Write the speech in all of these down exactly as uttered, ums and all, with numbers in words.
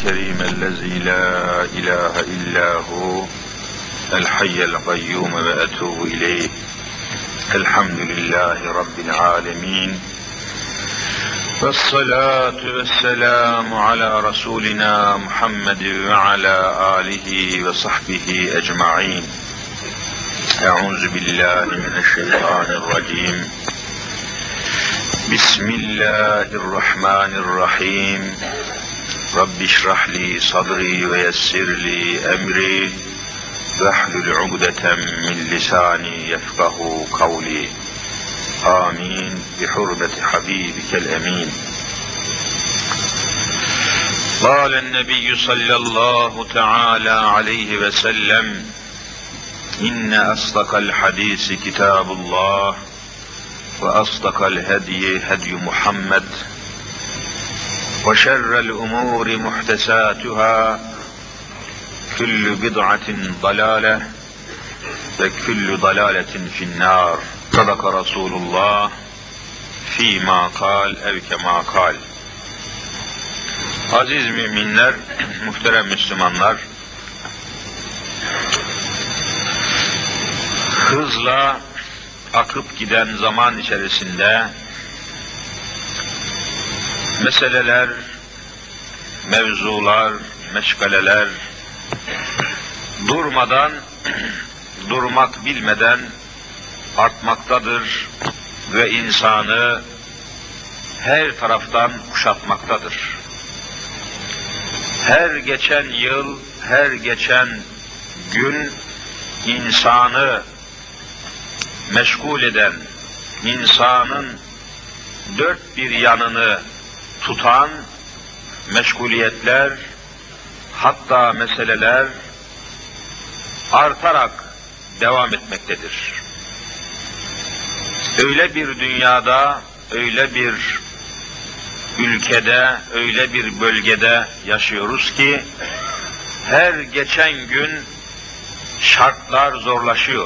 الكريم الذي لا إله إلا هو الحي القيوم وأتوب إليه. الحمد لله رب العالمين، والصلاة والسلام على رسولنا محمد وعلى آله وصحبه أجمعين. أعوذ بالله من الشيطان الرجيم. بسم الله الرحمن الرحيم. رب اشرح لي صدري ويسر لي أمري واحلل عقدة من لساني يفقه قولي. آمين بحرمة حبيبك الأمين. قال النبي صلى الله تعالى عليه وسلم: إن أصدق الحديث كتاب الله، وأصدق الهدي هدي محمد، وشر الأمور محدثاتها، كل بدعة ضلالة، وكل ضلالة في النار. صدق رسول الله فيما قال أو كما قال. Aziz müminler, muhterem Müslümanlar, hızla akıp giden zaman içerisinde meseleler, mevzular, meşgaleler durmadan, durmak bilmeden artmaktadır ve insanı her taraftan kuşatmaktadır. Her geçen yıl, her geçen gün insanı meşgul eden, insanın dört bir yanını tutan meşguliyetler, hatta meseleler artarak devam etmektedir. Öyle bir dünyada, öyle bir ülkede, öyle bir bölgede yaşıyoruz ki her geçen gün şartlar zorlaşıyor.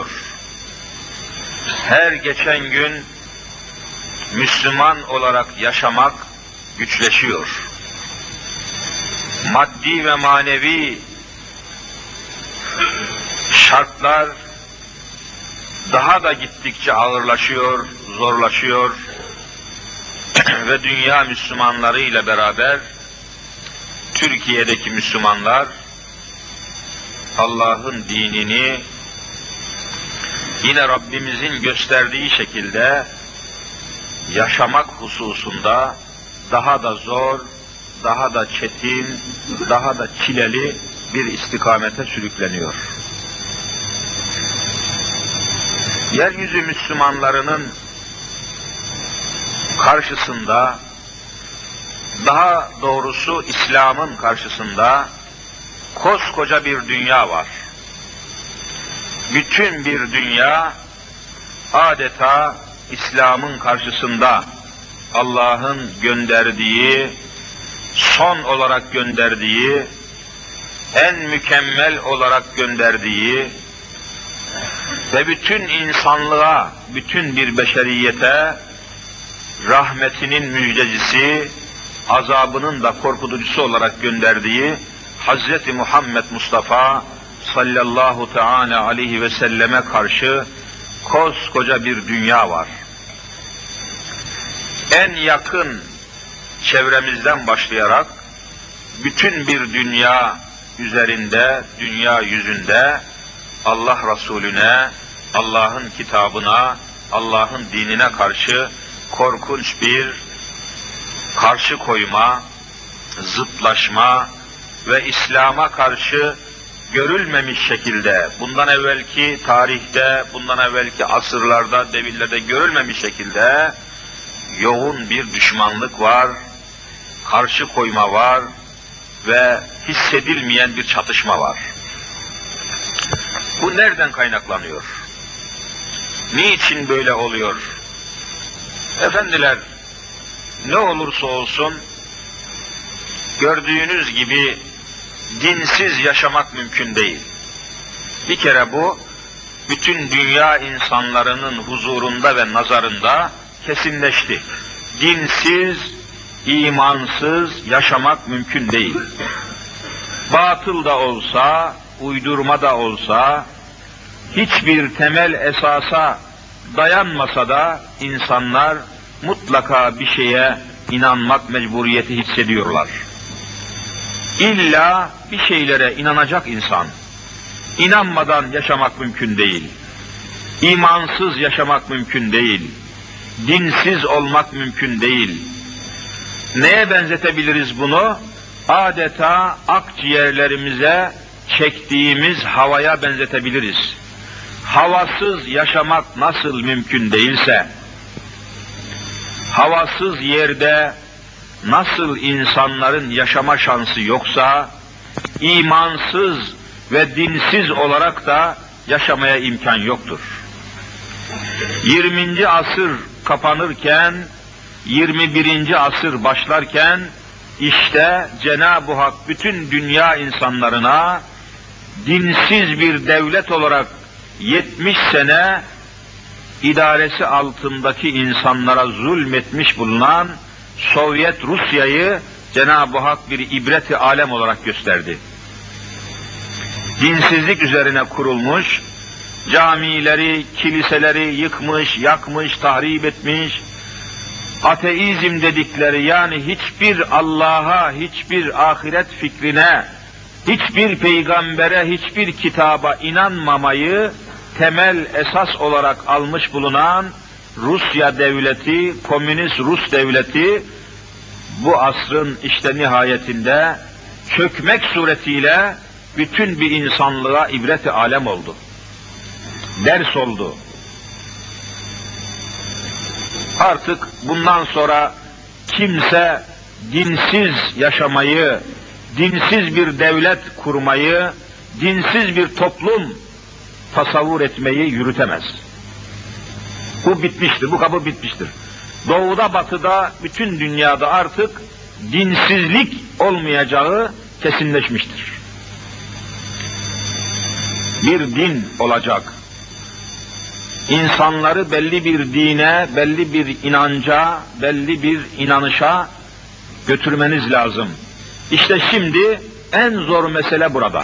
Her geçen gün Müslüman olarak yaşamak güçleşiyor. Maddi ve manevi şartlar daha da gittikçe ağırlaşıyor, zorlaşıyor ve dünya Müslümanları ile beraber Türkiye'deki Müslümanlar Allah'ın dinini yine Rabbimizin gösterdiği şekilde yaşamak hususunda daha da zor, daha da çetin, daha da çileli bir istikamete sürükleniyor. Yeryüzü Müslümanlarının karşısında, daha doğrusu İslam'ın karşısında koskoca bir dünya var. Bütün bir dünya adeta İslam'ın karşısında Allah'ın gönderdiği, son olarak gönderdiği, en mükemmel olarak gönderdiği ve bütün insanlığa, bütün bir beşeriyete rahmetinin müjdecisi, azabının da korkutucusu olarak gönderdiği Hazreti Muhammed Mustafa sallallahu teala aleyhi ve selleme karşı koskoca bir dünya var. En yakın çevremizden başlayarak bütün bir dünya üzerinde, dünya yüzünde Allah Resulüne, Allah'ın kitabına, Allah'ın dinine karşı korkunç bir karşı koyma, zıtlaşma ve İslam'a karşı görülmemiş şekilde, bundan evvelki tarihte, bundan evvelki asırlarda, devirlerde görülmemiş şekilde yoğun bir düşmanlık var, karşı koyma var ve hissedilmeyen bir çatışma var. Bu nereden kaynaklanıyor? Niçin böyle oluyor? Efendiler, ne olursa olsun gördüğünüz gibi dinsiz yaşamak mümkün değil. Bir kere bu bütün dünya insanlarının huzurunda ve nazarında kesinleşti. Dinsiz, imansız yaşamak mümkün değil. batıl da olsa, uydurma da olsa, hiçbir temel esasa dayanmasa da insanlar mutlaka bir şeye inanmak mecburiyeti hissediyorlar. İlla bir şeylere inanacak insan. İnanmadan yaşamak mümkün değil. İmansız yaşamak mümkün değil. Dinsiz olmak mümkün değil. Neye benzetebiliriz bunu? Adeta akciğerlerimize çektiğimiz havaya benzetebiliriz. Havasız yaşamak nasıl mümkün değilse, havasız yerde nasıl insanların yaşama şansı yoksa, imansız ve dinsiz olarak da yaşamaya imkan yoktur. yirminci asır kapanırken, yirmi birinci asır başlarken, işte Cenab-ı Hak bütün dünya insanlarına dinsiz bir devlet olarak yetmiş sene idaresi altındaki insanlara zulmetmiş bulunan Sovyet Rusya'yı Cenab-ı Hak bir ibret-i alem olarak gösterdi. Dinsizlik üzerine kurulmuş, camileri, kiliseleri yıkmış, yakmış, tahrip etmiş, ateizm dedikleri, yani hiçbir Allah'a, hiçbir ahiret fikrine, hiçbir peygambere, hiçbir kitaba inanmamayı temel esas olarak almış bulunan Rusya devleti, komünist Rus devleti bu asrın işte nihayetinde çökmek suretiyle bütün bir insanlığa ibret-i alem oldu. Ders oldu. Artık bundan sonra kimse dinsiz yaşamayı, dinsiz bir devlet kurmayı, dinsiz bir toplum tasavvur etmeyi yürütemez. Bu bitmiştir, bu kapı bitmiştir. Doğuda, batıda, bütün dünyada artık dinsizlik olmayacağı kesinleşmiştir. Bir din olacak. İnsanları belli bir dine, belli bir inanca, belli bir inanışa götürmeniz lazım. İşte şimdi en zor mesele burada.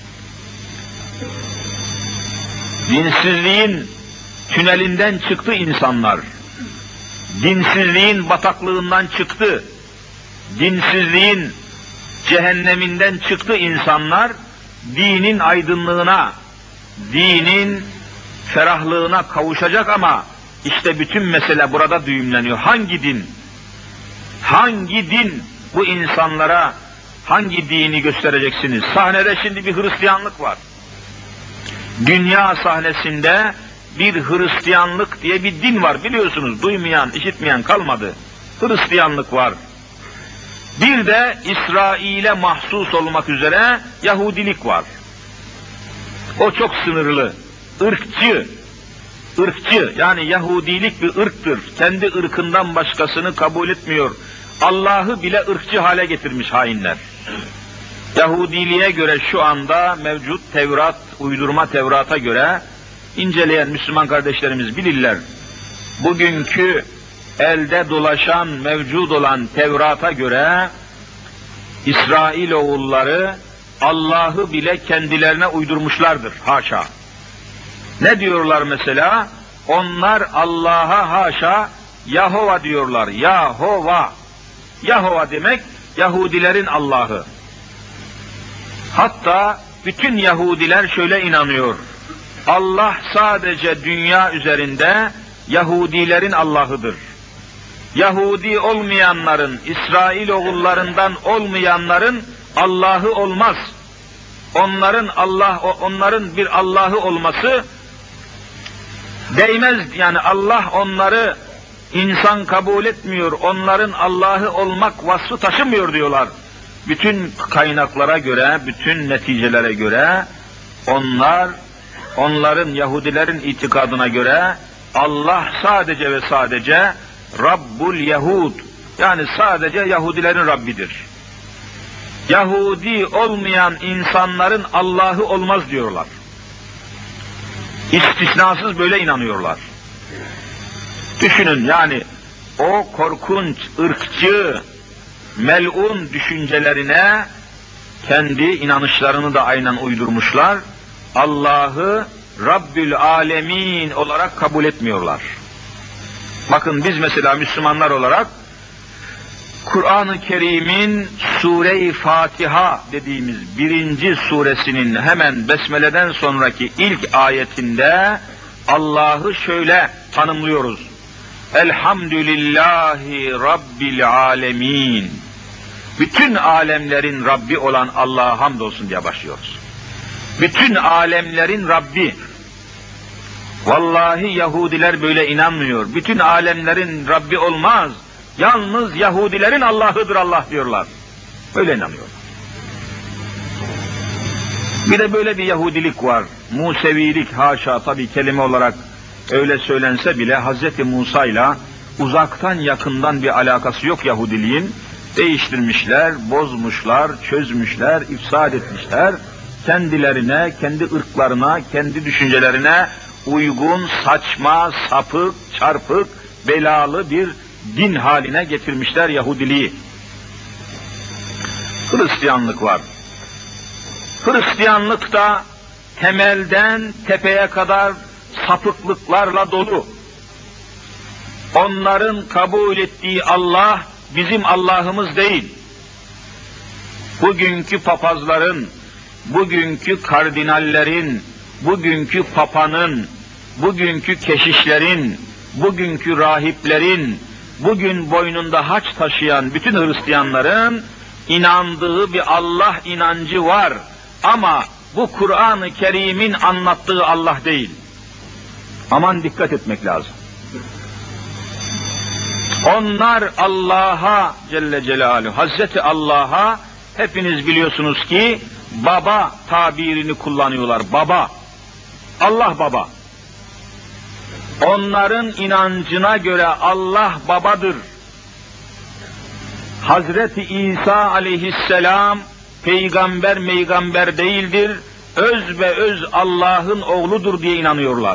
Dinsizliğin tünelinden çıktı insanlar. Dinsizliğin bataklığından çıktı. Dinsizliğin cehenneminden çıktı insanlar. Dinin aydınlığına, dinin ferahlığına kavuşacak ama işte bütün mesele burada düğümleniyor. Hangi din? Hangi din bu insanlara hangi dini göstereceksiniz? Sahnede şimdi bir Hristiyanlık var. Dünya sahnesinde bir Hristiyanlık diye bir din var, biliyorsunuz. Duymayan, işitmeyen kalmadı. Hristiyanlık var. Bir de İsrail'e mahsus olmak üzere Yahudilik var. O çok sınırlı. Irkçı, ırkçı, yani Yahudilik bir ırktır. Kendi ırkından başkasını kabul etmiyor. Allah'ı bile ırkçı hale getirmiş hainler. Yahudiliğe göre şu anda mevcut Tevrat, uydurma Tevrat'a göre inceleyen Müslüman kardeşlerimiz bilirler. Bugünkü elde dolaşan, mevcut olan Tevrat'a göre İsrailoğulları Allah'ı bile kendilerine uydurmuşlardır. Haşa. Ne diyorlar mesela? Onlar Allah'a haşa Yahova diyorlar. Yahova. Yahova demek Yahudilerin Allah'ı. Hatta bütün Yahudiler şöyle inanıyor. Allah sadece dünya üzerinde Yahudilerin Allah'ıdır. Yahudi olmayanların, İsrailoğullarından olmayanların Allah'ı olmaz. Onların Allah, onların bir Allah'ı olması değmez. Yani Allah onları insan kabul etmiyor. Onların Allah'ı olmak vasfı taşımıyor diyorlar. Bütün kaynaklara göre, bütün neticelere göre onlar, onların Yahudilerin itikadına göre Allah sadece ve sadece Rabbul Yahud, yani sadece Yahudilerin Rabbidir. Yahudi olmayan insanların Allah'ı olmaz diyorlar. İstisnasız böyle inanıyorlar. Düşünün, yani o korkunç, ırkçı, melun düşüncelerine kendi inanışlarını da aynen uydurmuşlar. Allah'ı Rabbül Alemin olarak kabul etmiyorlar. Bakın biz mesela Müslümanlar olarak Kur'an-ı Kerim'in Sure-i Fatiha dediğimiz birinci suresinin hemen Besmele'den sonraki ilk ayetinde Allah'ı şöyle tanımlıyoruz. Elhamdülillahi Rabbil Alemin. Bütün alemlerin Rabbi olan Allah'a hamdolsun diye başlıyoruz. Bütün alemlerin Rabbi. Vallahi Yahudiler böyle inanmıyor. Bütün alemlerin Rabbi olmaz. Yalnız Yahudilerin Allah'ıdır Allah diyorlar. Öyle inanıyorlar. Bir de böyle bir Yahudilik var. Musevilik, haşa, tabii kelime olarak öyle söylense bile Hazreti Musa ile uzaktan yakından bir alakası yok Yahudiliğin. Değiştirmişler, bozmuşlar, çözmüşler, ifsad etmişler. Kendilerine, kendi ırklarına, kendi düşüncelerine uygun, saçma, sapık, çarpık, belalı bir din haline getirmişler Yahudiliği. Hristiyanlık var. Hristiyanlık da temelden tepeye kadar sapıklıklarla dolu. Onların kabul ettiği Allah bizim Allah'ımız değil. Bugünkü papazların, bugünkü kardinallerin, bugünkü papanın, bugünkü keşişlerin, bugünkü rahiplerin, bugün boynunda haç taşıyan bütün Hristiyanların inandığı bir Allah inancı var. Ama bu Kur'an-ı Kerim'in anlattığı Allah değil. Aman dikkat etmek lazım. Onlar Allah'a Celle Celaluhu, Hazreti Allah'a hepiniz biliyorsunuz ki baba tabirini kullanıyorlar. Baba. Allah baba. Onların inancına göre Allah babadır. Hazreti İsa aleyhisselam peygamber meygamber değildir. Öz ve öz Allah'ın oğludur diye inanıyorlar.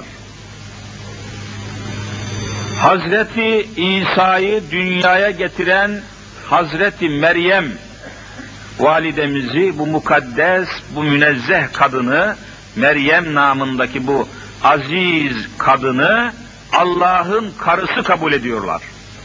Hazreti İsa'yı dünyaya getiren Hazreti Meryem validemizi, bu mukaddes, bu münezzeh kadını, Meryem namındaki bu aziz kadını Allah'ın karısı kabul ediyorlar.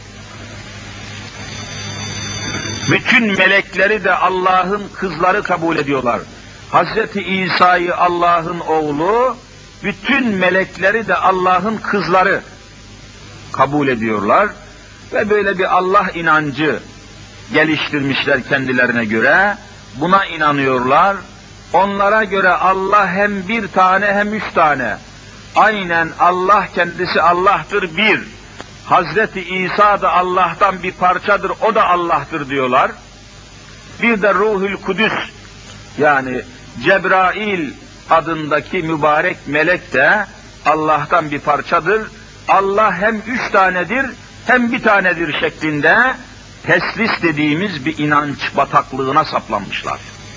Bütün melekleri de Allah'ın kızları kabul ediyorlar. Hazreti İsa'yı Allah'ın oğlu, bütün melekleri de Allah'ın kızları kabul ediyorlar ve böyle bir Allah inancı geliştirmişler kendilerine göre. Buna inanıyorlar. Onlara göre Allah hem bir tane hem üç tane. Aynen Allah kendisi Allah'tır bir. Hazreti İsa da Allah'tan bir parçadır, o da Allah'tır diyorlar. Bir de Ruhul Kudüs, yani Cebrail adındaki mübarek melek de Allah'tan bir parçadır. Allah hem üç tanedir hem bir tanedir şeklinde teslis dediğimiz bir inanç bataklığına saplanmışlar.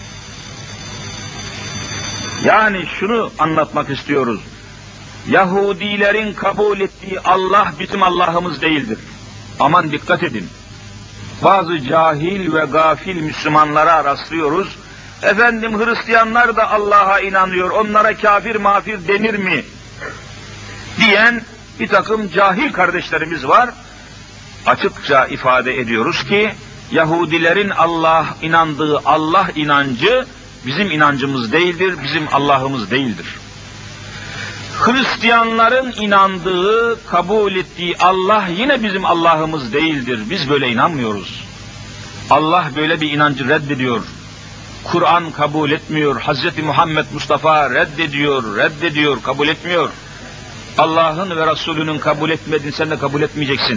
Yani şunu anlatmak istiyoruz. Yahudilerin kabul ettiği Allah bizim Allah'ımız değildir. Aman dikkat edin. Bazı cahil ve gafil Müslümanlara rastlıyoruz. Efendim Hristiyanlar da Allah'a inanıyor, onlara kafir mafir denir mi? Diyen bir takım cahil kardeşlerimiz var. Açıkça ifade ediyoruz ki Yahudilerin Allah inandığı Allah inancı bizim inancımız değildir, bizim Allah'ımız değildir. Hristiyanların inandığı, kabul ettiği Allah yine bizim Allah'ımız değildir. Biz böyle inanmıyoruz. Allah böyle bir inancı reddediyor. Kur'an kabul etmiyor. Hazreti Muhammed Mustafa reddediyor, reddediyor, kabul etmiyor. Allah'ın ve Resulünün kabul etmediğini sen de kabul etmeyeceksin.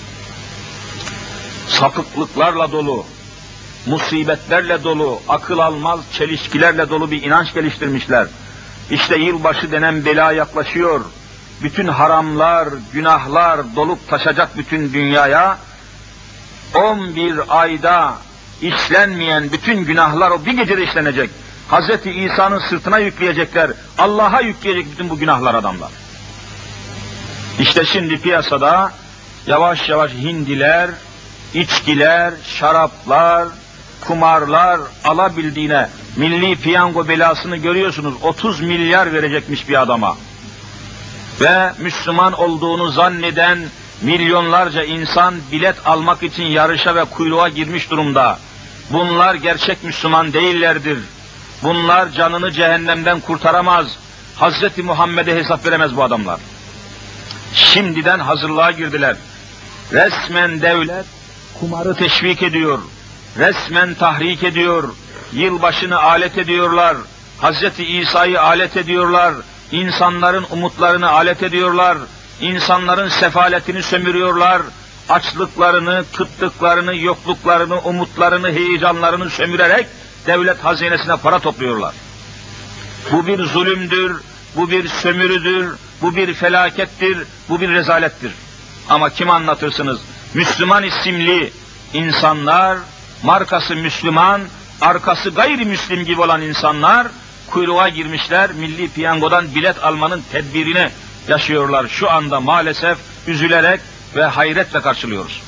Sapıklıklarla dolu, musibetlerle dolu, akıl almaz çelişkilerle dolu bir inanç geliştirmişler. İşte yılbaşı denen bela yaklaşıyor. Bütün haramlar, günahlar dolup taşacak bütün dünyaya. on bir ayda işlenmeyen bütün günahlar o bir gecede işlenecek. Hazreti İsa'nın sırtına yükleyecekler. Allah'a yükleyecek bütün bu günahlar adamlar. İşte şimdi piyasada yavaş yavaş hindiler, içkiler, şaraplar, kumarlar, alabildiğine milli piyango belasını görüyorsunuz. otuz milyar verecekmiş bir adama. Ve Müslüman olduğunu zanneden milyonlarca insan bilet almak için yarışa ve kuyruğa girmiş durumda. Bunlar gerçek Müslüman değillerdir. Bunlar canını cehennemden kurtaramaz. Hazreti Muhammed'e hesap veremez bu adamlar. Şimdiden hazırlığa girdiler. Resmen devlet kumarı teşvik ediyor. Resmen tahrik ediyor. Yılbaşını alet ediyorlar. Hazreti İsa'yı alet ediyorlar. İnsanların umutlarını alet ediyorlar. İnsanların sefaletini sömürüyorlar. Açlıklarını, kıtlıklarını, yokluklarını, umutlarını, heyecanlarını sömürerek devlet hazinesine para topluyorlar. Bu bir zulümdür, bu bir sömürüdür, bu bir felakettir, bu bir rezalettir. Ama kim anlatırsınız? Müslüman isimli insanlar, markası Müslüman, arkası gayrimüslim gibi olan insanlar kuyruğa girmişler, milli piyangodan bilet almanın tedbirini yaşıyorlar. Şu anda maalesef üzülerek ve hayretle karşılıyoruz.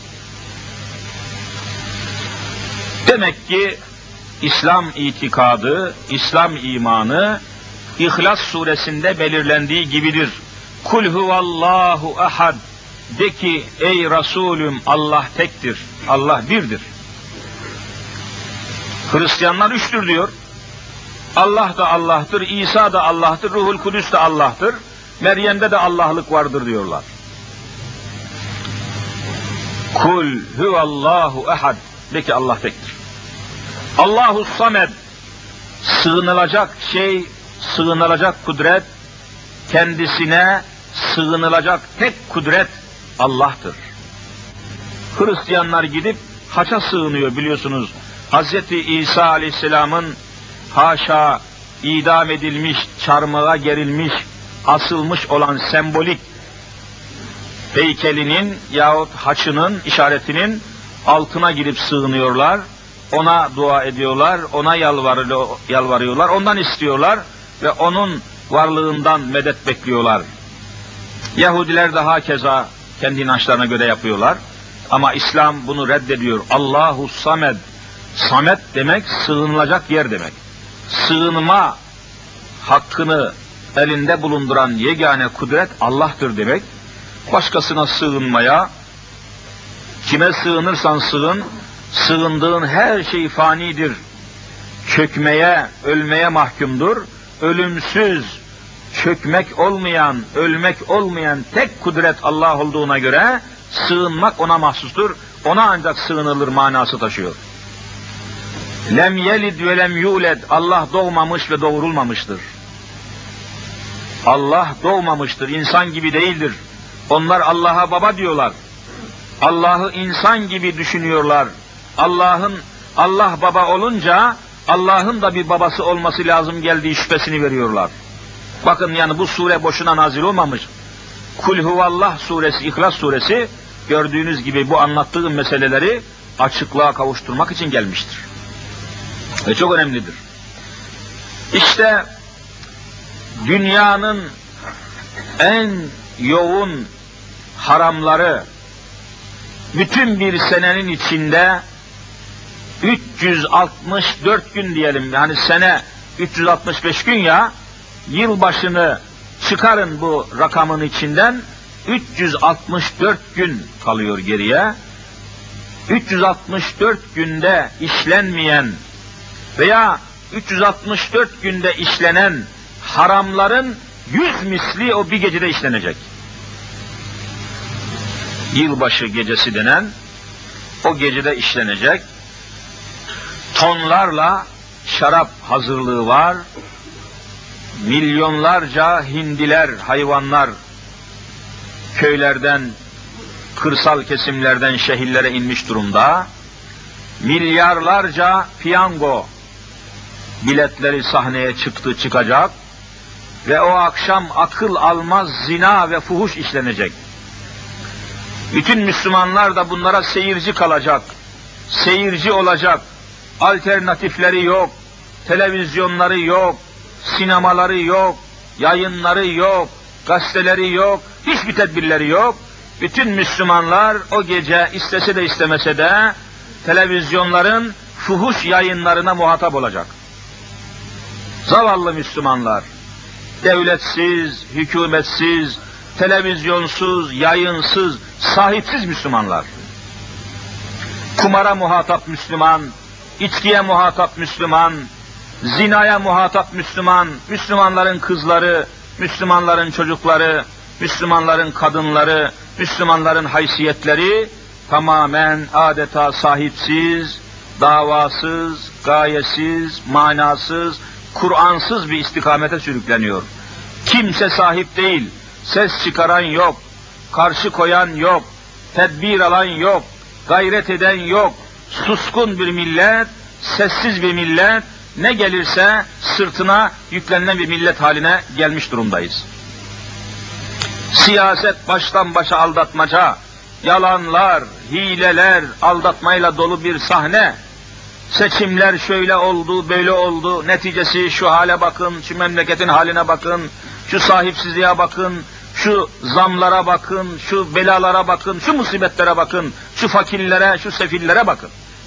Demek ki İslam itikadı, İslam imanı İhlas suresinde belirlendiği gibidir. Kul huvallahu ahad. De ki ey Resulüm Allah tektir, Allah birdir. Hristiyanlar üçtür diyor. Allah da Allah'tır, İsa da Allah'tır, Ruhul Kudüs de Allah'tır, Meryem'de de Allah'lık vardır diyorlar. Kul huvallahu ahad. De ki Allah tektir. Allahu samed. Sığınılacak şey, sığınılacak kudret, kendisine sığınılacak tek kudret Allah'tır. Hristiyanlar gidip haça sığınıyor biliyorsunuz. Hazreti İsa Aleyhisselam'ın haşa idam edilmiş, çarmıha gerilmiş, asılmış olan sembolik heykelinin yahut haçının işaretinin altına girip sığınıyorlar. Ona dua ediyorlar, ona yalvarıyorlar, ondan istiyorlar ve onun varlığından medet bekliyorlar. Yahudiler de hakeza kendi inançlarına göre yapıyorlar. Ama İslam bunu reddediyor. Allahu samed. Samed demek sığınılacak yer demek. Sığınma hakkını elinde bulunduran yegane kudret Allah'tır demek. Başkasına sığınmaya, kime sığınırsan sığın, sığındığın her şey fanidir. Çökmeye, ölmeye mahkumdur. Ölümsüz, çökmek olmayan, ölmek olmayan tek kudret Allah olduğuna göre sığınmak ona mahsustur. Ona ancak sığınılır manası taşıyor. Lem yelid ve lem yuled. Allah doğmamış ve doğurulmamıştır. Allah doğmamıştır, insan gibi değildir. Onlar Allah'a baba diyorlar. Allah'ı insan gibi düşünüyorlar. Allah'ın Allah baba olunca Allah'ın da bir babası olması lazım geldiği şüphesini veriyorlar. Bakın yani bu sure boşuna nazil olmamış. Kul huvallah suresi, İhlas suresi gördüğünüz gibi bu anlattığım meseleleri açıklığa kavuşturmak için gelmiştir. Ve çok önemlidir. İşte dünyanın en yoğun haramları bütün bir senenin içinde üç yüz altmış dört gün diyelim, yani sene üç yüz altmış beş gün ya, yılbaşını çıkarın bu rakamın içinden, üç yüz altmış dört gün kalıyor geriye. üç yüz altmış dört günde işlenmeyen veya üç yüz altmış dört günde işlenen haramların yüz misli o bir gecede işlenecek. Yılbaşı gecesi denen o gecede işlenecek. Tonlarla şarap hazırlığı var. Milyonlarca hindiler, hayvanlar köylerden, kırsal kesimlerden şehirlere inmiş durumda. Milyarlarca piyango biletleri sahneye çıktı, çıkacak ve o akşam akıl almaz zina ve fuhuş işlenecek. Bütün Müslümanlar da bunlara seyirci kalacak, seyirci olacak. Alternatifleri yok, televizyonları yok, sinemaları yok, yayınları yok, gazeteleri yok, hiçbir tedbirleri yok. Bütün Müslümanlar o gece istese de istemese de televizyonların fuhuş yayınlarına muhatap olacak. Zavallı Müslümanlar, devletsiz, hükümetsiz, televizyonsuz, yayınsız, sahipsiz Müslümanlar. Kumara muhatap Müslüman, içkiye muhatap Müslüman, zinaya muhatap Müslüman, Müslümanların kızları, Müslümanların çocukları, Müslümanların kadınları, Müslümanların haysiyetleri tamamen adeta sahipsiz, davasız, gayesiz, manasız, Kur'ansız bir istikamete sürükleniyor. Kimse sahip değil, ses çıkaran yok, karşı koyan yok, tedbir alan yok, gayret eden yok, suskun bir millet, sessiz bir millet, ne gelirse sırtına yüklenilen bir millet haline gelmiş durumdayız. Siyaset baştan başa aldatmaca, yalanlar, hileler, aldatmayla dolu bir sahne. Seçimler şöyle oldu, böyle oldu, neticesi şu hale bakın, şu memleketin haline bakın, şu sahipsizliğe bakın, şu zamlara bakın, şu belalara bakın, şu musibetlere bakın, şu fakirlere, şu sefillere bakın.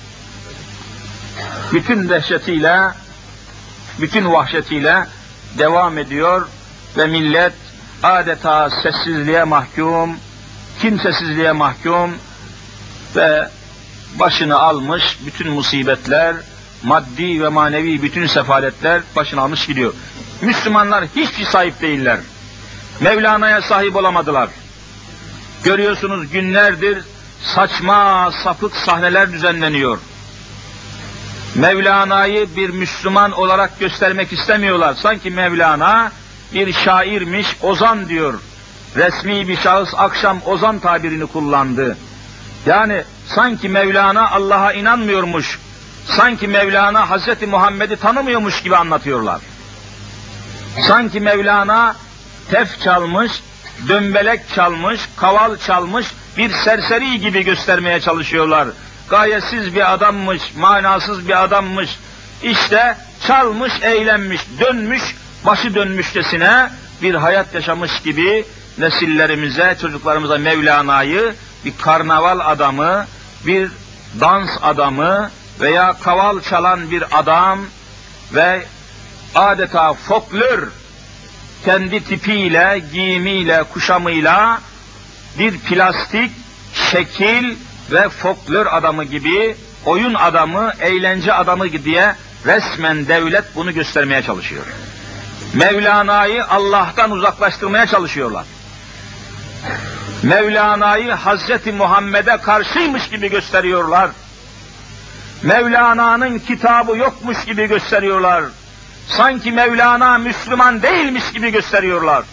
Bütün dehşetiyle, bütün vahşetiyle devam ediyor ve millet adeta sessizliğe mahkum, kimsesizliğe mahkum ve başını almış bütün musibetler, maddi ve manevi bütün sefaletler başını almış gidiyor. Müslümanlar hiçbir sahip değiller. Mevlana'ya sahip olamadılar. Görüyorsunuz günlerdir saçma sapık sahneler düzenleniyor. Mevlana'yı bir Müslüman olarak göstermek istemiyorlar. Sanki Mevlana bir şairmiş, ozan diyor. Resmi bir şahıs akşam ozan tabirini kullandı. Yani sanki Mevlana Allah'a inanmıyormuş, sanki Mevlana Hazreti Muhammed'i tanımıyormuş gibi anlatıyorlar. Sanki Mevlana tef çalmış, dömbelek çalmış, kaval çalmış bir serseri gibi göstermeye çalışıyorlar. Gayesiz bir adammış, manasız bir adammış. İşte çalmış, eğlenmiş, dönmüş, başı dönmüşçesine bir hayat yaşamış gibi nesillerimize, çocuklarımıza Mevlana'yı bir karnaval adamı, bir dans adamı veya kaval çalan bir adam ve adeta folklor kendi tipiyle, giyimiyle, kuşamıyla bir plastik şekil ve folklor adamı gibi, oyun adamı, eğlence adamı diye resmen devlet bunu göstermeye çalışıyor. Mevlana'yı Allah'tan uzaklaştırmaya çalışıyorlar. Mevlana'yı Hazreti Muhammed'e karşıymış gibi gösteriyorlar. Mevlana'nın kitabı yokmuş gibi gösteriyorlar. Sanki Mevlana Müslüman değilmiş gibi gösteriyorlar.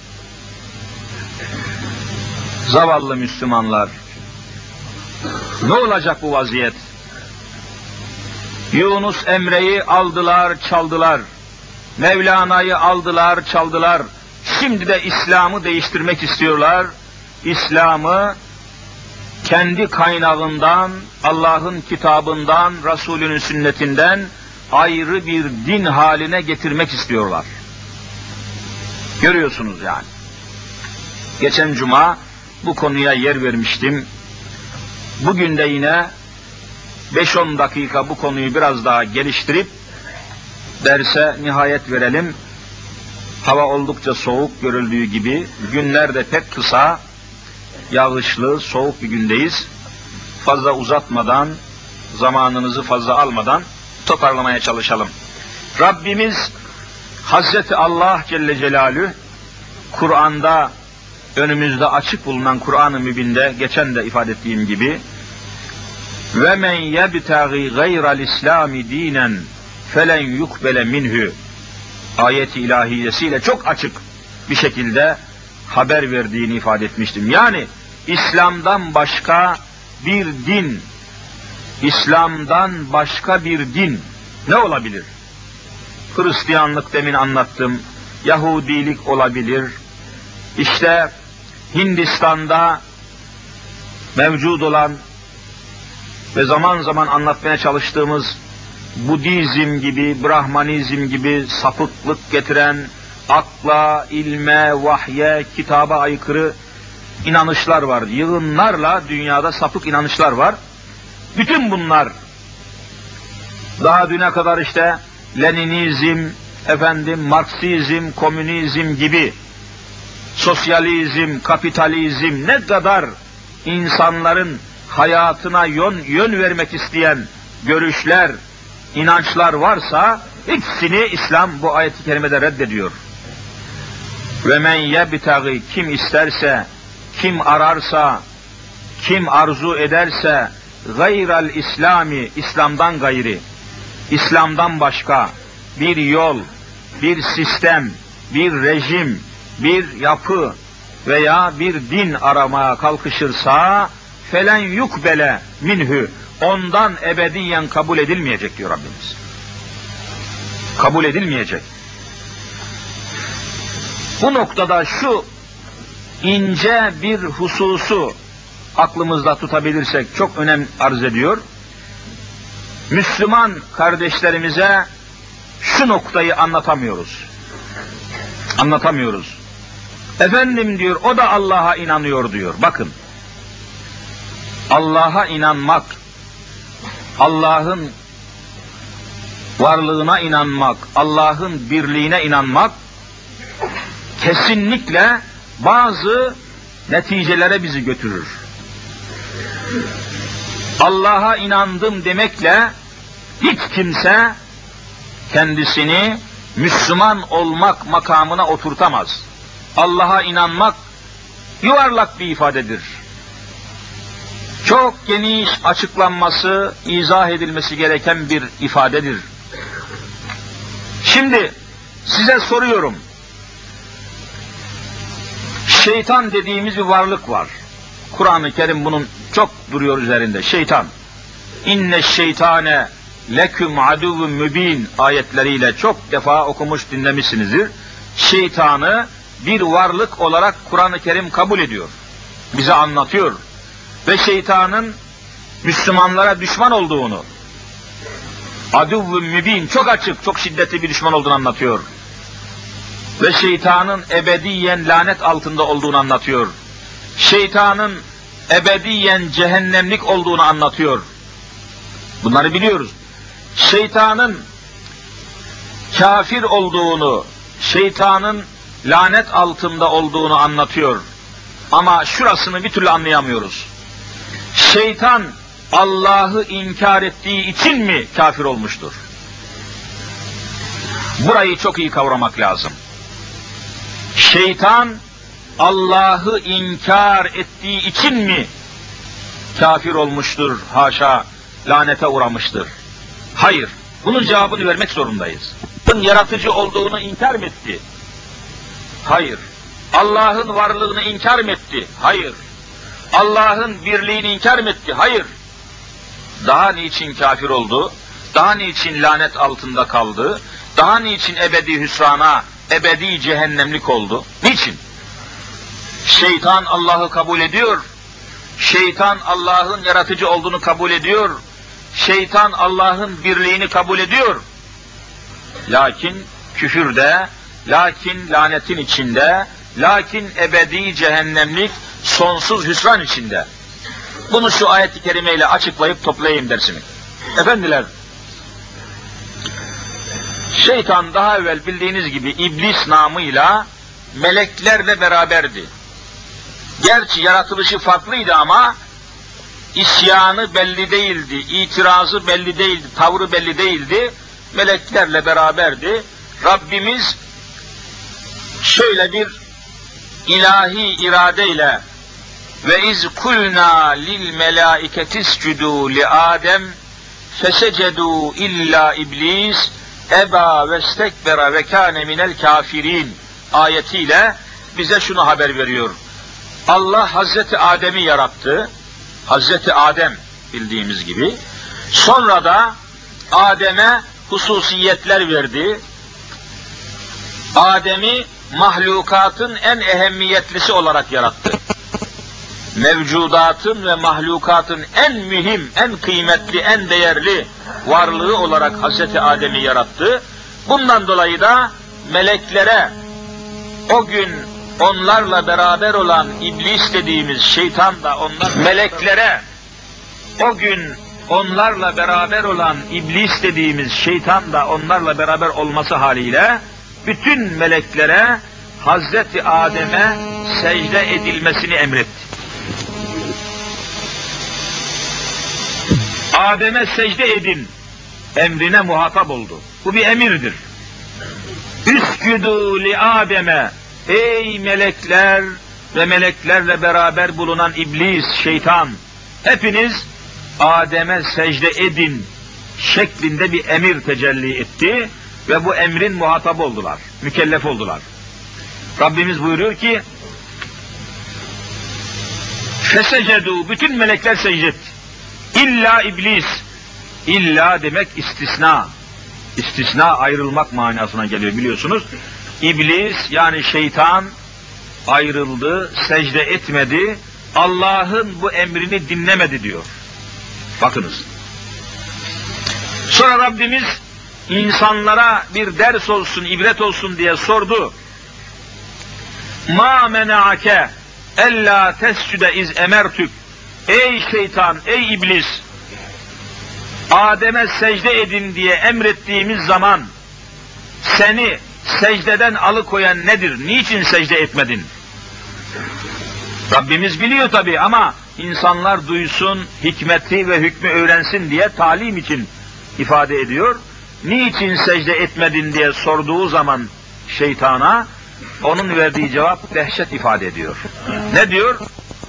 Zavallı Müslümanlar. Ne olacak bu vaziyet? Yunus Emre'yi aldılar, çaldılar. Mevlana'yı aldılar, çaldılar. Şimdi de İslam'ı değiştirmek istiyorlar. İslam'ı kendi kaynağından, Allah'ın kitabından, Resulünün sünnetinden ayrı bir din haline getirmek istiyorlar. Görüyorsunuz yani. Geçen cuma bu konuya yer vermiştim. Bugün de yine beş on dakika bu konuyu biraz daha geliştirip derse nihayet verelim. Hava oldukça soğuk görüldüğü gibi, günler de pek kısa, yağışlı, soğuk bir gündeyiz. Fazla uzatmadan, zamanınızı fazla almadan toparlamaya çalışalım. Rabbimiz Hazreti Allah Celle Celaluhu Kur'an'da, önümüzde açık bulunan Kur'an-ı Mübin'de geçen de ifade ettiğim gibi ve men yebtagi gayral İslami dinen felen yukbele minhu ayeti ilahiyesiyle çok açık bir şekilde haber verdiğini ifade etmiştim. Yani İslam'dan başka bir din, İslam'dan başka bir din ne olabilir? Hristiyanlık demin anlattım, Yahudilik olabilir, işte Hindistan'da mevcut olan ve zaman zaman anlatmaya çalıştığımız Budizm gibi, Brahmanizm gibi sapıklık getiren, akla, ilme, vahye, kitaba aykırı inanışlar var. Yığınlarla dünyada sapık inanışlar var. Bütün bunlar daha düne kadar işte Leninizm, efendim Marksizm, komünizm gibi sosyalizm, kapitalizm ne kadar insanların hayatına yön, yön vermek isteyen görüşler, inançlar varsa hepsini İslam bu ayet-i kerimede reddediyor. Ve men yebtagi, kim isterse, kim ararsa, kim arzu ederse gayral İslami, İslam'dan gayri, İslam'dan başka bir yol, bir sistem, bir rejim, bir yapı veya bir din aramaya kalkışırsa felen yukbele minhu, ondan ebediyen kabul edilmeyecek diyor Rabbimiz. Kabul edilmeyecek. Bu noktada şu ince bir hususu aklımızda tutabilirsek çok önem arz ediyor. Müslüman kardeşlerimize şu noktayı anlatamıyoruz. Anlatamıyoruz. Efendim diyor, o da Allah'a inanıyor diyor. Bakın, Allah'a inanmak, Allah'ın varlığına inanmak, Allah'ın birliğine inanmak kesinlikle bazı neticelere bizi götürür. Allah'a inandım demekle hiç kimse kendisini Müslüman olmak makamına oturtamaz. Allah'a inanmak yuvarlak bir ifadedir. Çok geniş açıklanması, izah edilmesi gereken bir ifadedir. Şimdi size soruyorum. Şeytan dediğimiz bir varlık var. Kur'an-ı Kerim bunun çok duruyor üzerinde. Şeytan. İnne şeytane leküm aduvun mübin ayetleriyle çok defa okumuş dinlemişsinizdir. Şeytanı bir varlık olarak Kur'an-ı Kerim kabul ediyor. Bize anlatıyor. Ve şeytanın Müslümanlara düşman olduğunu, aduvun mübin, çok açık, çok şiddetli bir düşman olduğunu anlatıyor. Ve şeytanın ebediyen lanet altında olduğunu anlatıyor. Şeytanın ebediyen cehennemlik olduğunu anlatıyor. Bunları biliyoruz. Şeytanın kafir olduğunu, şeytanın lanet altında olduğunu anlatıyor. Ama şurasını bir türlü anlayamıyoruz. Şeytan Allah'ı inkar ettiği için mi kafir olmuştur? Burayı çok iyi kavramak lazım. Şeytan Allah'ı inkar ettiği için mi kafir olmuştur, haşa, lanete uğramıştır? Hayır, bunun cevabını vermek zorundayız. Allah'ın yaratıcı olduğunu inkar mı etti? Hayır. Allah'ın varlığını inkar mı etti? Hayır. Allah'ın birliğini inkar mı etti? Hayır. Daha niçin kafir oldu? Daha niçin lanet altında kaldı? Daha niçin ebedi hüsrana, ebedi cehennemlik oldu? Niçin? Şeytan Allah'ı kabul ediyor. Şeytan Allah'ın yaratıcı olduğunu kabul ediyor. Şeytan Allah'ın birliğini kabul ediyor. Lakin küfürde, lakin lanetin içinde, lakin ebedi cehennemlik, sonsuz hüsran içinde. Bunu şu ayet-i kerimeyle açıklayıp toplayayım dersimi. Efendiler, şeytan daha evvel bildiğiniz gibi iblis namıyla meleklerle beraberdi. Gerçi yaratılışı farklıydı ama isyanı belli değildi, itirazı belli değildi, tavrı belli değildi. Meleklerle beraberdi. Rabbimiz şöyle bir ilahi iradeyle ve iz kulna lil melaiketi iscudu li Adem fesecedu illa iblis eba vestekbera ve kâne minel kafirin ayetiyle bize şunu haber veriyor. Allah Hazreti Adem'i yarattı. Hazreti Adem bildiğimiz gibi. Sonra da Adem'e hususiyetler verdi. Adem'i mahlukatın en ehemmiyetlisi olarak yarattı. Mevcudatın ve mahlukatın en mühim, en kıymetli, en değerli varlığı olarak Hazreti Adem'i yarattı. Bundan dolayı da meleklere, o gün onlarla beraber olan iblis dediğimiz şeytan da onlar, meleklere o gün onlarla beraber olan iblis dediğimiz şeytan da onlarla beraber olması haliyle bütün meleklere Hazreti Adem'e secde edilmesini emretti. Adem'e secde edin emrine muhatap oldu. Bu bir emirdir. Üsküdû li Adem'e, ey melekler ve meleklerle beraber bulunan iblis, şeytan, hepiniz Adem'e secde edin şeklinde bir emir tecelli etti ve bu emrin muhatabı oldular, mükellef oldular. Rabbimiz buyuruyor ki fesecedû, bütün melekler secde etti. İlla iblis, illa demek istisna. İstisna ayrılmak manasına geliyor biliyorsunuz. İblis yani şeytan ayrıldı, secde etmedi, Allah'ın bu emrini dinlemedi diyor. Bakınız. Sonra Rabbimiz insanlara bir ders olsun, ibret olsun diye sordu. Ma mena'ake ella tescüde iz emertük. Ey şeytan, ey iblis, Adem'e secde edin diye emrettiğimiz zaman seni secdeden alıkoyan nedir? Niçin secde etmedin? Rabbimiz biliyor tabii ama insanlar duysun, hikmeti ve hükmü öğrensin diye talim için ifade ediyor. Niçin secde etmedin diye sorduğu zaman şeytana, onun verdiği cevap dehşet ifade ediyor. Ne diyor?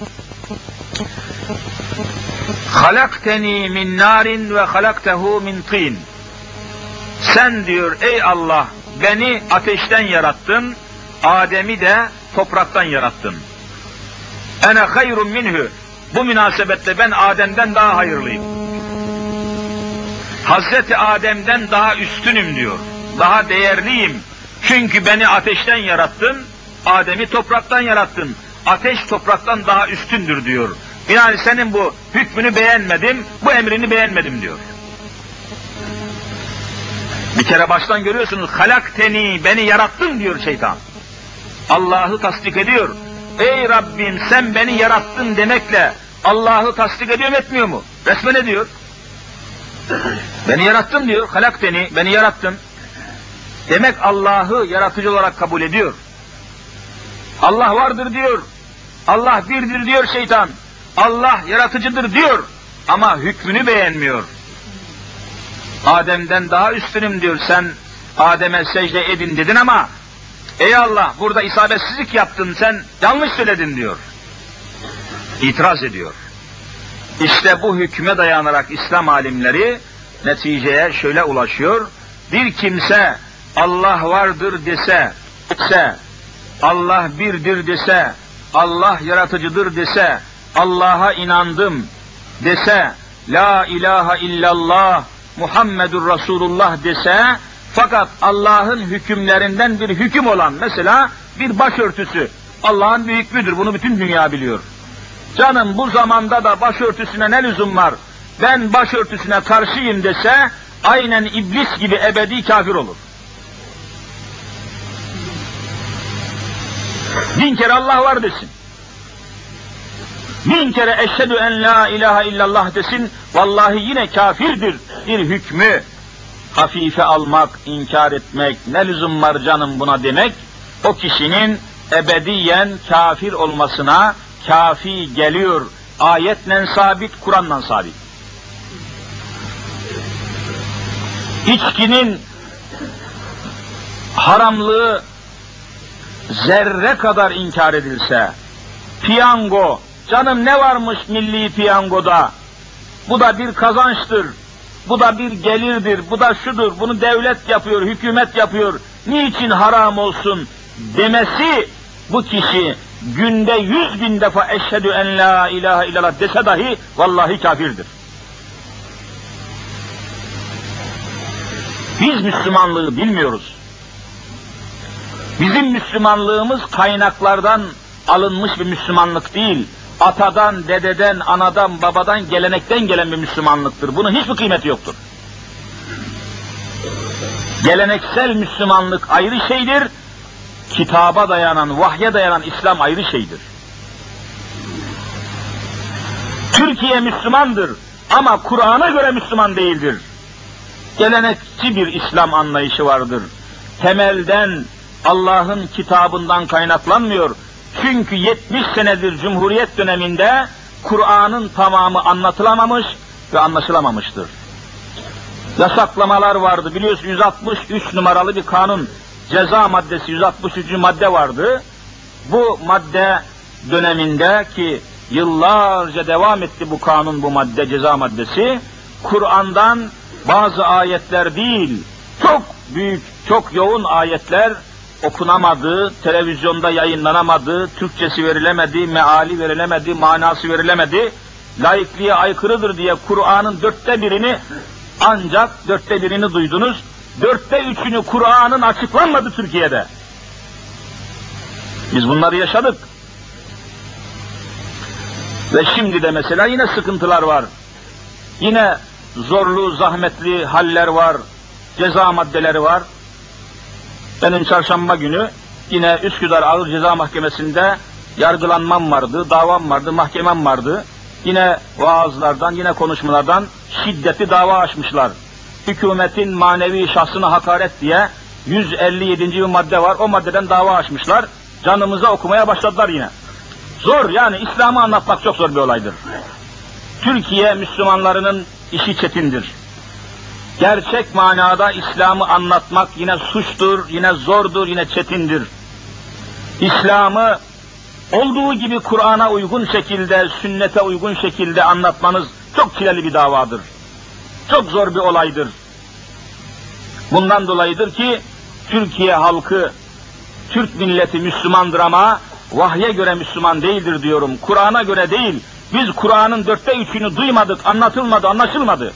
Halakteni min narin ve halaktehu min tin. Sen diyor ey Allah beni ateşten yarattın, Adem'i de topraktan yarattın. Ene hayrun minhu. Bu münasebetle ben Adem'den daha hayırlıyım. Hazreti Adem'den daha üstünüm diyor. Daha değerliyim. Çünkü beni ateşten yarattın, Adem'i topraktan yarattın. Ateş topraktan daha üstündür diyor. Yani senin bu hükmünü beğenmedim, bu emrini beğenmedim diyor. Bir kere baştan görüyorsunuz, halakteni, beni yarattın diyor şeytan. Allah'ı tasdik ediyor. Ey Rabbim sen beni yarattın demekle Allah'ı tasdik ediyor mu etmiyor mu? Resmen ediyor. Beni yarattın diyor, halakteni, beni yarattın. Demek Allah'ı yaratıcı olarak kabul ediyor. Allah vardır diyor. Allah birdir diyor şeytan. Allah yaratıcıdır diyor. Ama hükmünü beğenmiyor. Adem'den daha üstünüm diyor. Sen Adem'e secde edin dedin ama ey Allah burada isabetsizlik yaptın, sen yanlış söyledin diyor. İtiraz ediyor. İşte bu hükme dayanarak İslam alimleri neticeye şöyle ulaşıyor. Bir kimse Allah vardır dese, dese, Allah birdir dese, Allah yaratıcıdır dese, Allah'a inandım dese, la ilahe illallah Muhammedur Resulullah dese, fakat Allah'ın hükümlerinden bir hüküm olan, mesela bir başörtüsü, Allah'ın bir hükmüdür, bunu bütün dünya biliyor. Canım bu zamanda da başörtüsüne ne lüzum var, ben başörtüsüne karşıyım dese, aynen iblis gibi ebedi kafir olur. Bin kere Allah var desin. Bin kere eşhedü en la ilahe illallah desin, vallahi yine kafirdir. Bir hükmü hafife almak, inkar etmek, ne lüzum var canım buna demek, o kişinin ebediyen kafir olmasına kafi geliyor. Ayetle sabit, Kur'an'la sabit. İçkinin haramlığı zerre kadar inkar edilse, piyango, canım ne varmış milli piyangoda, bu da bir kazançtır, bu da bir gelirdir, bu da şudur, bunu devlet yapıyor, hükümet yapıyor, niçin haram olsun demesi, bu kişi günde yüz bin defa eşhedü en la ilahe illallah dese dahi vallahi kafirdir. Biz Müslümanlığı bilmiyoruz. Bizim Müslümanlığımız kaynaklardan alınmış bir Müslümanlık değil, atadan, dededen, anadan, babadan, gelenekten gelen bir Müslümanlıktır. Bunun hiçbir kıymeti yoktur. Geleneksel Müslümanlık ayrı şeydir, kitaba dayanan, vahye dayanan İslam ayrı şeydir. Türkiye Müslümandır Ama Kur'an'a göre Müslüman değildir. Gelenekçi bir İslam anlayışı vardır. Temelden Allah'ın kitabından kaynaklanmıyor. Çünkü yetmiş senedir Cumhuriyet döneminde Kur'an'ın tamamı anlatılamamış ve anlaşılamamıştır. Yasaklamalar vardı. Biliyorsun yüz altmış üç numaralı bir kanun, ceza maddesi yüz altmış üçüncü madde vardı. Bu madde döneminde ki yıllarca devam etti bu kanun, bu madde, ceza maddesi, Kur'an'dan bazı ayetler değil, çok büyük, çok yoğun ayetler okunamadı, televizyonda yayınlanamadı, Türkçesi verilemedi, meali verilemedi, manası verilemedi, laikliğe aykırıdır diye Kur'an'ın dörtte birini, ancak dörtte birini duydunuz, dörtte üçünü Kur'an'ın açıklanmadı Türkiye'de. Biz bunları yaşadık. Ve şimdi de mesela yine sıkıntılar var. Yine zorlu, zahmetli haller var, ceza maddeleri var. Benim çarşamba günü yine Üsküdar Ağır Ceza Mahkemesi'nde yargılanmam vardı, davam vardı, mahkemem vardı. Yine vaazlardan, yine konuşmalardan şiddetli dava açmışlar. Hükümetin manevi şahsına hakaret diye yüz elli yedinci bir madde var, o maddeden dava açmışlar. Canımıza okumaya başladılar yine. Zor, yani İslam'ı anlatmak çok zor bir olaydır. Türkiye Müslümanlarının işi çetindir. Gerçek manada İslam'ı anlatmak yine suçtur, yine zordur, yine çetindir. İslam'ı olduğu gibi Kur'an'a uygun şekilde, sünnete uygun şekilde anlatmanız çok çileli bir davadır. Çok zor bir olaydır. Bundan dolayıdır ki Türkiye halkı, Türk milleti Müslümandır ama vahye göre Müslüman değildir diyorum. Kur'an'a göre değil. Biz Kur'an'ın dörtte üçünü duymadık, anlatılmadı, anlaşılmadı.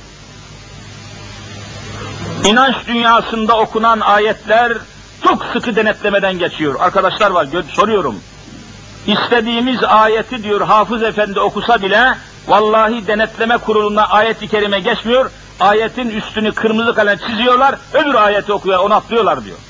İnanç dünyasında okunan ayetler çok sıkı denetlemeden geçiyor. Arkadaşlar var, soruyorum. İstediğimiz ayeti diyor Hafız Efendi okusa bile vallahi denetleme kuruluna ayet-i kerime geçmiyor. Ayetin üstünü kırmızı kalem çiziyorlar, öbür ayeti okuyor, onu atlıyorlar diyor.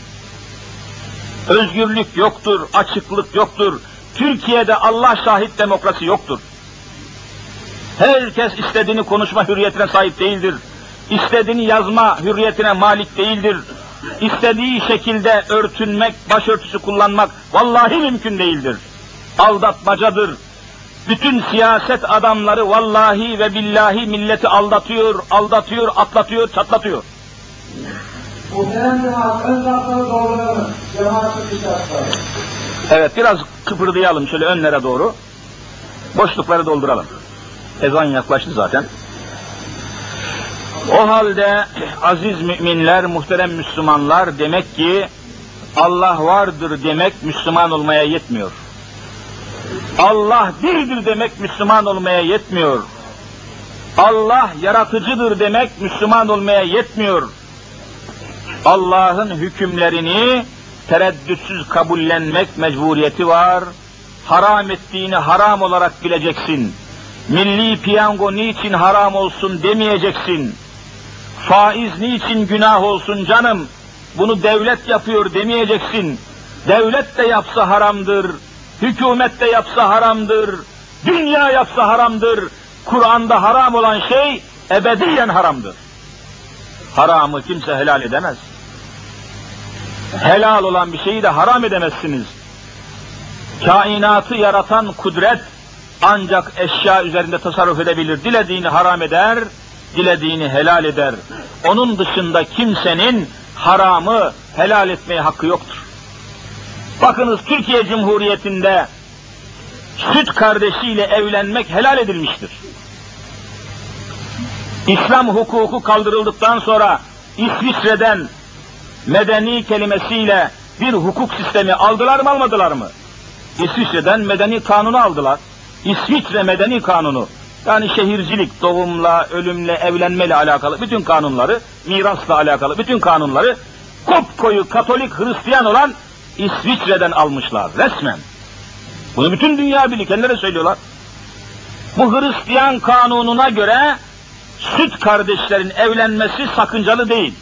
Özgürlük yoktur, açıklık yoktur. Türkiye'de Allah şahit demokrasi yoktur. Herkes istediğini konuşma hürriyetine sahip değildir. İstediğini yazma hürriyetine malik değildir. İstediği şekilde örtünmek, başörtüsü kullanmak vallahi mümkün değildir. Aldatmacadır. Bütün siyaset adamları vallahi ve billahi milleti aldatıyor, aldatıyor, atlatıyor, çatlatıyor. Evet, biraz kıpırdayalım şöyle önlere doğru. Boşlukları dolduralım. Ezan yaklaştı zaten. O halde aziz müminler, muhterem Müslümanlar, demek ki Allah vardır demek Müslüman olmaya yetmiyor. Allah birdir demek Müslüman olmaya yetmiyor. Allah yaratıcıdır demek Müslüman olmaya yetmiyor. Allah'ın hükümlerini tereddütsüz kabullenmek mecburiyeti var. Haram ettiğini haram olarak bileceksin. Milli piyango niçin haram olsun demeyeceksin. Faiz niçin günah olsun canım, bunu devlet yapıyor demeyeceksin. Devlet de yapsa haramdır, hükümet de yapsa haramdır, dünya yapsa haramdır. Kur'an'da haram olan şey ebediyen haramdır. Haramı kimse helal edemez. Helal olan bir şeyi de haram edemezsiniz. Kainatı yaratan kudret ancak eşya üzerinde tasarruf edebilir. Dilediğini haram eder, dilediğini helal eder. Onun dışında kimsenin haramı helal etmeye hakkı yoktur. Bakınız, Türkiye Cumhuriyeti'nde süt kardeşiyle evlenmek helal edilmiştir. İslam hukuku kaldırıldıktan sonra İsviçre'den medeni kelimesiyle bir hukuk sistemi aldılar mı, almadılar mı? İsviçre'den medeni kanunu aldılar. İsviçre medeni kanunu, yani şehircilik, doğumla, ölümle, evlenmeyle alakalı bütün kanunları, mirasla alakalı bütün kanunları kopkoyu Katolik Hristiyan olan İsviçre'den almışlar resmen. Bunu bütün dünya bilir, kendileri söylüyorlar. Bu Hristiyan kanununa göre süt kardeşlerin evlenmesi sakıncalı değil.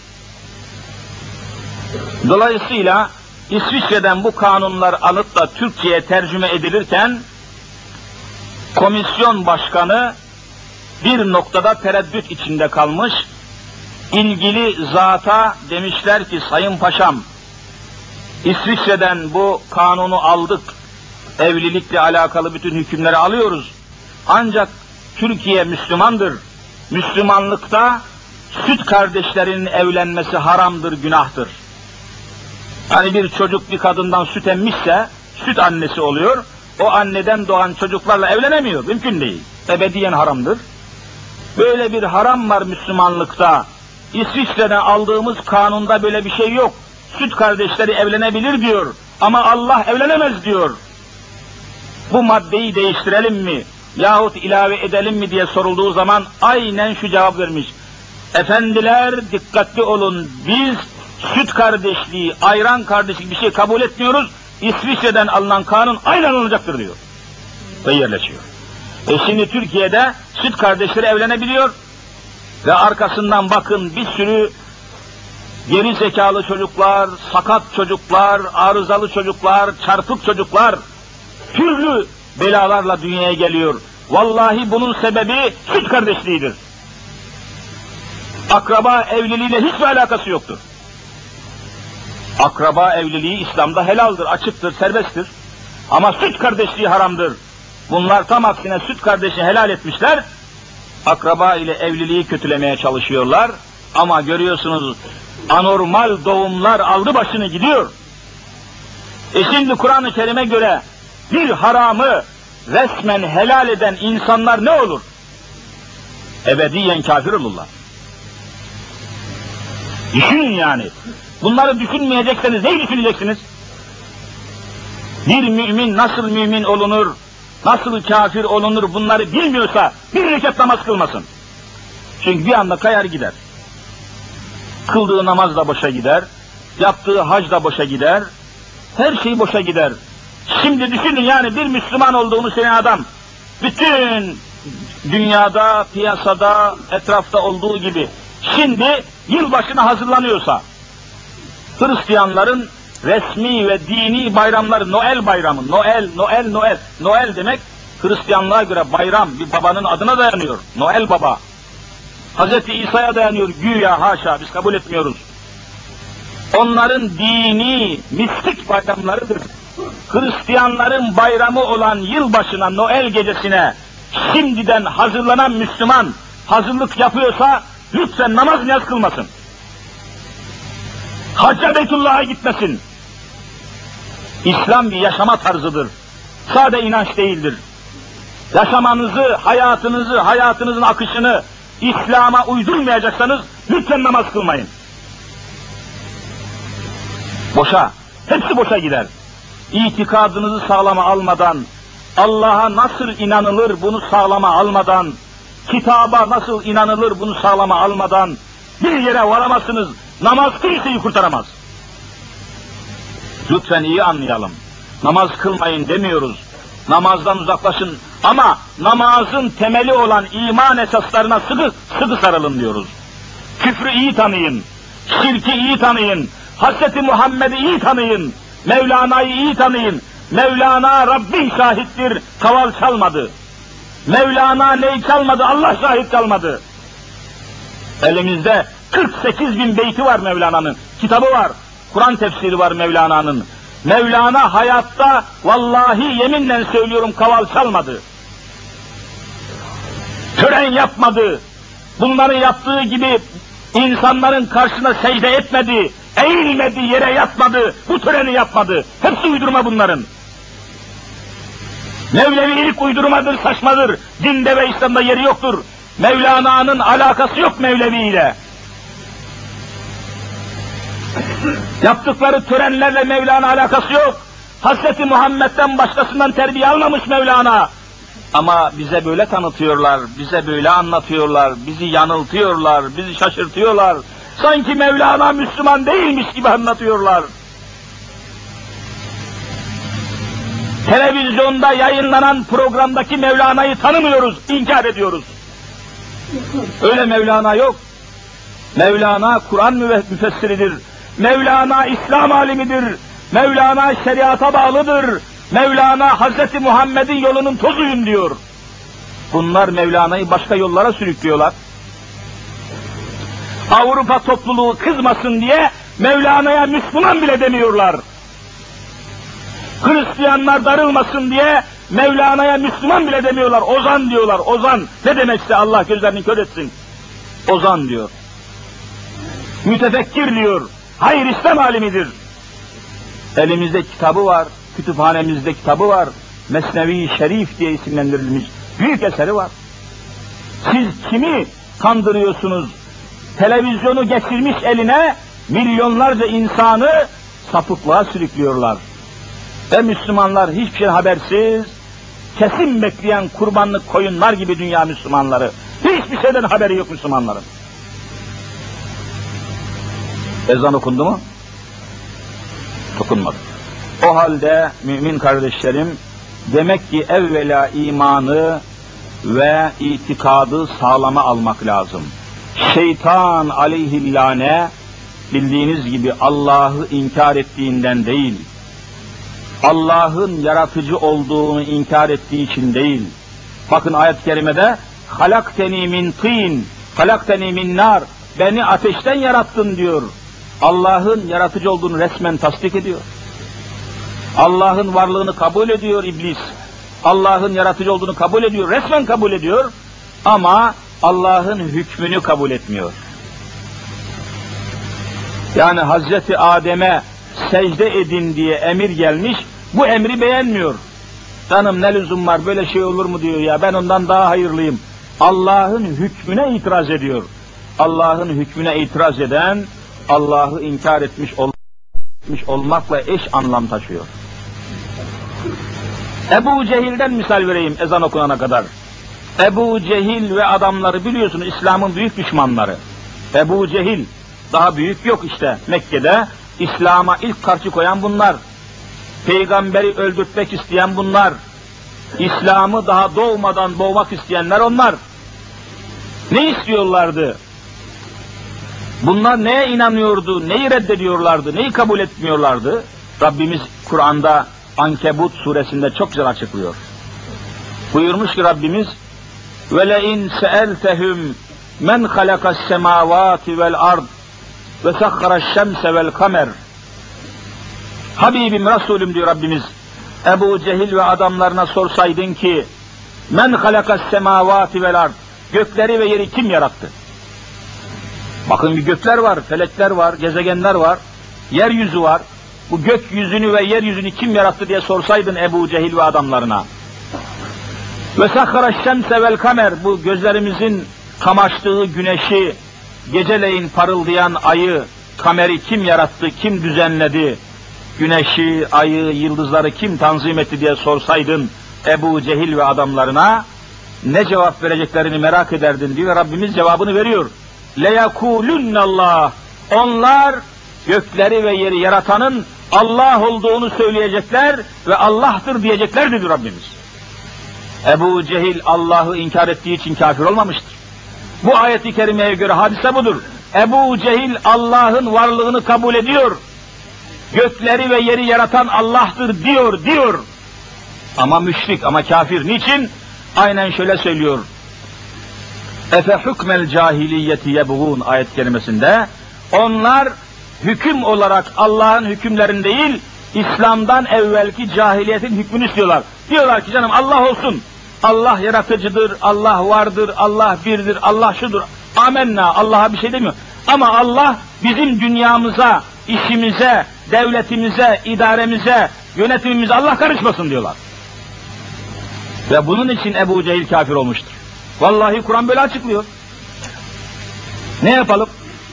Dolayısıyla İsviçre'den bu kanunlar alıp da Türkçe'ye tercüme edilirken komisyon başkanı bir noktada tereddüt içinde kalmış. İlgili zata demişler ki, Sayın Paşam, İsviçre'den bu kanunu aldık, evlilikle alakalı bütün hükümleri alıyoruz. Ancak Türkiye Müslümandır. Müslümanlıkta süt kardeşlerinin evlenmesi haramdır, günahtır. Hani bir çocuk bir kadından süt emmişse, süt annesi oluyor, o anneden doğan çocuklarla evlenemiyor, mümkün değil. Ebediyen haramdır. Böyle bir haram var Müslümanlıkta. İsviçre'den aldığımız kanunda böyle bir şey yok. Süt kardeşleri evlenebilir diyor, ama Allah evlenemez diyor. Bu maddeyi değiştirelim mi, yahut ilave edelim mi diye sorulduğu zaman aynen şu cevap vermiş. Efendiler dikkatli olun, biz süt kardeşliği, ayran kardeşliği bir şey kabul etmiyoruz. İsviçre'den alınan kanun aynen olacaktır diyor. Ve yerleşiyor. E şimdi Türkiye'de süt kardeşleri evlenebiliyor ve arkasından bakın bir sürü geri zekalı çocuklar, sakat çocuklar, arızalı çocuklar, çarpık çocuklar türlü belalarla dünyaya geliyor. Vallahi bunun sebebi süt kardeşliğidir. Akraba evliliğiyle hiçbir alakası yoktur. Akraba evliliği İslam'da helaldir, açıktır, serbesttir. Ama süt kardeşliği haramdır. Bunlar tam aksine süt kardeşliği helal etmişler, akraba ile evliliği kötülemeye çalışıyorlar. Ama görüyorsunuz, anormal doğumlar aldı başını gidiyor. E şimdi Kur'an-ı Kerim'e göre bir haramı resmen helal eden insanlar ne olur? Ebediyen kafir olurlar. Düşünün yani. Bunları düşünmeyecekseniz neyi düşüneceksiniz? Bir mümin nasıl mümin olunur, nasıl kafir olunur bunları bilmiyorsa bir rekat namaz kılmasın. Çünkü bir anda kayar gider. Kıldığı namaz da boşa gider, yaptığı hac da boşa gider, her şey boşa gider. Şimdi düşünün yani, bir Müslüman olduğunu söyleyen adam, bütün dünyada, piyasada, etrafta olduğu gibi, şimdi yılbaşına hazırlanıyorsa, Hristiyanların resmi ve dini bayramları, Noel bayramı, Noel, Noel, Noel, Noel demek, Hristiyanlığa göre bayram, bir babanın adına dayanıyor, Noel baba. Hazreti İsa'ya dayanıyor, güya, haşa, biz kabul etmiyoruz. Onların dini, mistik bayramlarıdır. Hristiyanların bayramı olan yılbaşına, Noel gecesine şimdiden hazırlanan Müslüman hazırlık yapıyorsa lütfen namaz niyaz kılmasın. Hacca Beytullah'a gitmesin. İslam bir yaşama tarzıdır. Sade inanç değildir. Yaşamanızı, hayatınızı, hayatınızın akışını İslam'a uydurmayacaksanız lütfen namaz kılmayın. Boşa, hepsi boşa gider. İtikadınızı sağlama almadan, Allah'a nasıl inanılır bunu sağlama almadan, kitaba nasıl inanılır bunu sağlama almadan bir yere varamazsınız. Namaz kimseyi kurtaramaz. Lütfen iyi anlayalım. Namaz kılmayın demiyoruz. Namazdan uzaklaşın ama namazın temeli olan iman esaslarına sıkı sıkı sarılın diyoruz. Küfrü iyi tanıyın, şirki iyi tanıyın, Hazreti Muhammed'i iyi tanıyın, Mevlana'yı iyi tanıyın. Mevlana Rabbi şahittir, kaval çalmadı. Mevlana neyi çalmadı? Allah şahit çalmadı. Elimizde kırk sekiz bin beyti var Mevlana'nın, kitabı var, Kur'an tefsiri var Mevlana'nın. Mevlana hayatta vallahi yeminle söylüyorum kaval çalmadı. Tören yapmadı. Bunları yaptığı gibi insanların karşısına secde etmedi, eğilmedi, yere yatmadı, bu töreni yapmadı. Hepsi uydurma bunların. Mevlevilik uydurmadır, saçmadır. Dinde ve İslam'da yeri yoktur. Mevlana'nın alakası yok Mevlevi ile. Yaptıkları törenlerle Mevlana alakası yok. Hazreti Muhammed'den başkasından terbiye almamış Mevlana. Ama bize böyle tanıtıyorlar, bize böyle anlatıyorlar, bizi yanıltıyorlar, bizi şaşırtıyorlar. Sanki Mevlana Müslüman değilmiş gibi anlatıyorlar. Televizyonda yayınlanan programdaki Mevlana'yı tanımıyoruz, inkar ediyoruz. Öyle Mevlana yok. Mevlana Kur'an müfessiridir. Mevlana İslam alimidir. Mevlana şeriata bağlıdır. Mevlana Hazreti Muhammed'in yolunun tozuyum diyor. Bunlar Mevlana'yı başka yollara sürüklüyorlar. Avrupa topluluğu kızmasın diye Mevlana'ya Müslüman bile demiyorlar. Hristiyanlar darılmasın diye Mevlana'ya Müslüman bile demiyorlar. Ozan diyorlar. Ozan ne demekse Allah gözlerini kör etsin. Ozan diyor. Mütefekkir diyor. Hayır, İslam alimidir. Elimizde kitabı var. Kütüphanemizde kitabı var. Mesnevi Şerif diye isimlendirilmiş büyük eseri var. Siz kimi kandırıyorsunuz? Televizyonu geçirmiş eline milyonlarca insanı sapıklığa sürüklüyorlar. Ve Müslümanlar hiçbir şey habersiz, kesin bekleyen kurbanlık koyunlar gibi dünya Müslümanları. Hiçbir şeyden haberi yok Müslümanların. Ezan okundu mu? Okunmadı. O halde mümin kardeşlerim, demek ki evvela imanı ve itikadı sağlama almak lazım. Şeytan aleyhillâne bildiğiniz gibi Allah'ı inkar ettiğinden değil, Allah'ın yaratıcı olduğunu inkar ettiği için değil. Bakın ayet-i kerimede halakteni min tin, halakteni min nar, beni ateşten yarattın diyor. Allah'ın yaratıcı olduğunu resmen tasdik ediyor. Allah'ın varlığını kabul ediyor iblis. Allah'ın yaratıcı olduğunu kabul ediyor, resmen kabul ediyor. Ama Allah'ın hükmünü kabul etmiyor. Yani Hazreti Adem'e secde edin diye emir gelmiş, bu emri beğenmiyor. Canım ne lüzum var, böyle şey olur mu diyor ya, ben ondan daha hayırlıyım. Allah'ın hükmüne itiraz ediyor. Allah'ın hükmüne itiraz eden, Allah'ı inkar etmiş, ol etmiş olmakla eş anlam taşıyor. Ebu Cehil'den misal vereyim ezan okunana kadar. Ebu Cehil ve adamları biliyorsunuz İslam'ın büyük düşmanları. Ebu Cehil, daha büyük yok işte Mekke'de. İslam'a ilk karşı koyan bunlar. Peygamberi öldürtmek isteyen bunlar. İslam'ı daha doğmadan boğmak isteyenler onlar. Ne istiyorlardı? Bunlar neye inanıyordu, neyi reddediyorlardı, neyi kabul etmiyorlardı? Rabbimiz Kur'an'da Ankebut suresinde çok güzel açıklıyor. Buyurmuş ki Rabbimiz وَلَاِنْ سَأَلْتَهُمْ مَنْ خَلَقَ السَّمَاوَاتِ وَالْاَرْضِ وَسَخَّرَ الشَّمْسَ وَالْقَمَرِ. Habibim, Resulüm diyor Rabbimiz, Ebu Cehil ve adamlarına sorsaydın ki men halakas semavati vel ard, gökleri ve yeri kim yarattı? Bakın bir gökler var, felekler var, gezegenler var, yeryüzü var. Bu gökyüzünü ve yeryüzünü kim yarattı diye sorsaydın Ebu Cehil ve adamlarına. Ve sakhara şemse vel kamer, bu gözlerimizin kamaştığı güneşi, geceleyin parıldayan ayı, kameri kim yarattı, kim düzenledi? Güneşi, ayı, yıldızları kim tanzim etti diye sorsaydın Ebu Cehil ve adamlarına, ne cevap vereceklerini merak ederdin diyor. Rabbimiz cevabını veriyor. leyekulünnallah, onlar gökleri ve yeri yaratanın Allah olduğunu söyleyecekler ve Allah'tır diyecekler dedi Rabbimiz. Ebu Cehil Allah'ı inkar ettiği için kafir olmamıştır. Bu ayeti kerimeye göre hadise budur. Ebu Cehil Allah'ın varlığını kabul ediyor. Gökleri ve yeri yaratan Allah'tır diyor, diyor. Ama müşrik, ama kafir. Niçin? Aynen şöyle söylüyor. Efe hukmel cahiliyeti yebğun ayet kelimesinde. Onlar hüküm olarak Allah'ın hükümlerini değil, İslam'dan evvelki cahiliyetin hükmünü istiyorlar. Diyorlar ki canım Allah olsun. Allah yaratıcıdır, Allah vardır, Allah birdir, Allah şudur. Amenna, Allah'a bir şey demiyor. Ama Allah bizim dünyamıza, işimize, devletimize, idaremize, yönetimimize Allah karışmasın diyorlar. Ve bunun için Ebu Cehil kafir olmuştur. Vallahi Kur'an böyle açıklıyor. Ne yapalım?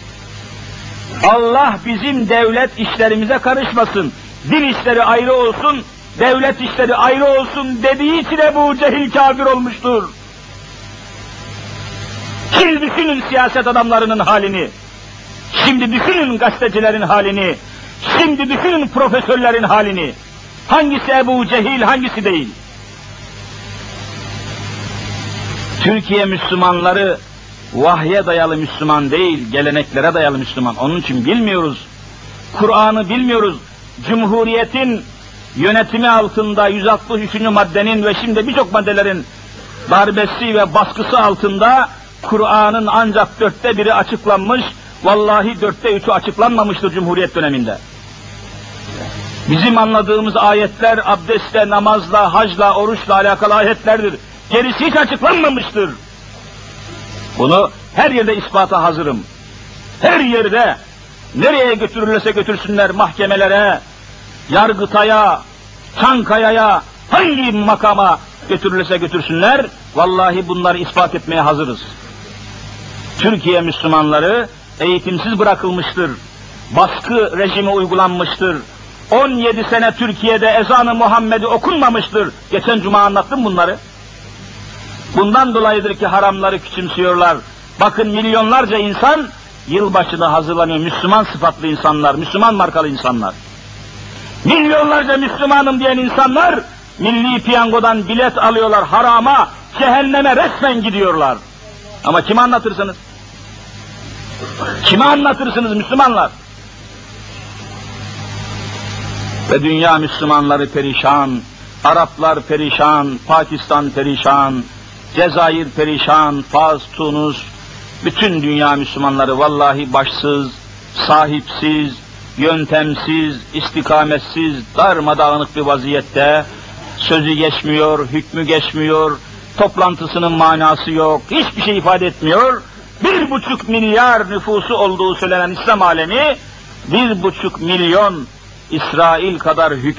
Allah bizim devlet işlerimize karışmasın, din işleri ayrı olsun, devlet işleri ayrı olsun dediği için Ebu Cehil kafir olmuştur. Şimdi düşünün siyaset adamlarının halini, şimdi düşünün gazetecilerin halini, şimdi düşünün profesörlerin halini. Hangisi Ebu Cehil, hangisi değil? Türkiye Müslümanları vahye dayalı Müslüman değil, geleneklere dayalı Müslüman. Onun için bilmiyoruz. Kur'an'ı bilmiyoruz. Cumhuriyetin yönetimi altında yüz altmış üçüncü maddenin ve şimdi birçok maddelerin darbesi ve baskısı altında Kur'an'ın ancak dörtte biri açıklanmış, vallahi dörtte üçü açıklanmamıştır Cumhuriyet döneminde. Bizim anladığımız ayetler abdestle, namazla, hacla, oruçla alakalı ayetlerdir. Gerisi hiç açıklanmamıştır. Bunu her yerde ispata hazırım. Her yerde, nereye götürülürse götürsünler, mahkemelere, Yargıtay'a, Çankaya'ya, hangi makama götürülürse götürsünler, vallahi bunları ispat etmeye hazırız. Türkiye Müslümanları eğitimsiz bırakılmıştır. Baskı rejimi uygulanmıştır. on yedi sene Türkiye'de ezan-ı Muhammed'i okunmamıştır. Geçen cuma anlattım bunları. Bundan dolayıdır ki haramları küçümsüyorlar. Bakın milyonlarca insan yılbaşına hazırlanıyor. Müslüman sıfatlı insanlar, Müslüman markalı insanlar. Milyonlarca Müslümanım diyen insanlar milli piyangodan bilet alıyorlar harama, cehenneme resmen gidiyorlar. Ama kime anlatırsınız? Kime anlatırsınız Müslümanlar? Ve dünya Müslümanları perişan, Araplar perişan, Pakistan perişan, Cezayir perişan, Fas, Tunus, bütün dünya Müslümanları vallahi başsız, sahipsiz, yöntemsiz, istikametsiz, darmadağınık bir vaziyette, sözü geçmiyor, hükmü geçmiyor, toplantısının manası yok, hiçbir şey ifade etmiyor. Bir buçuk milyar nüfusu olduğu söylenen İslam alemi, bir buçuk milyon İsrail kadar hüküm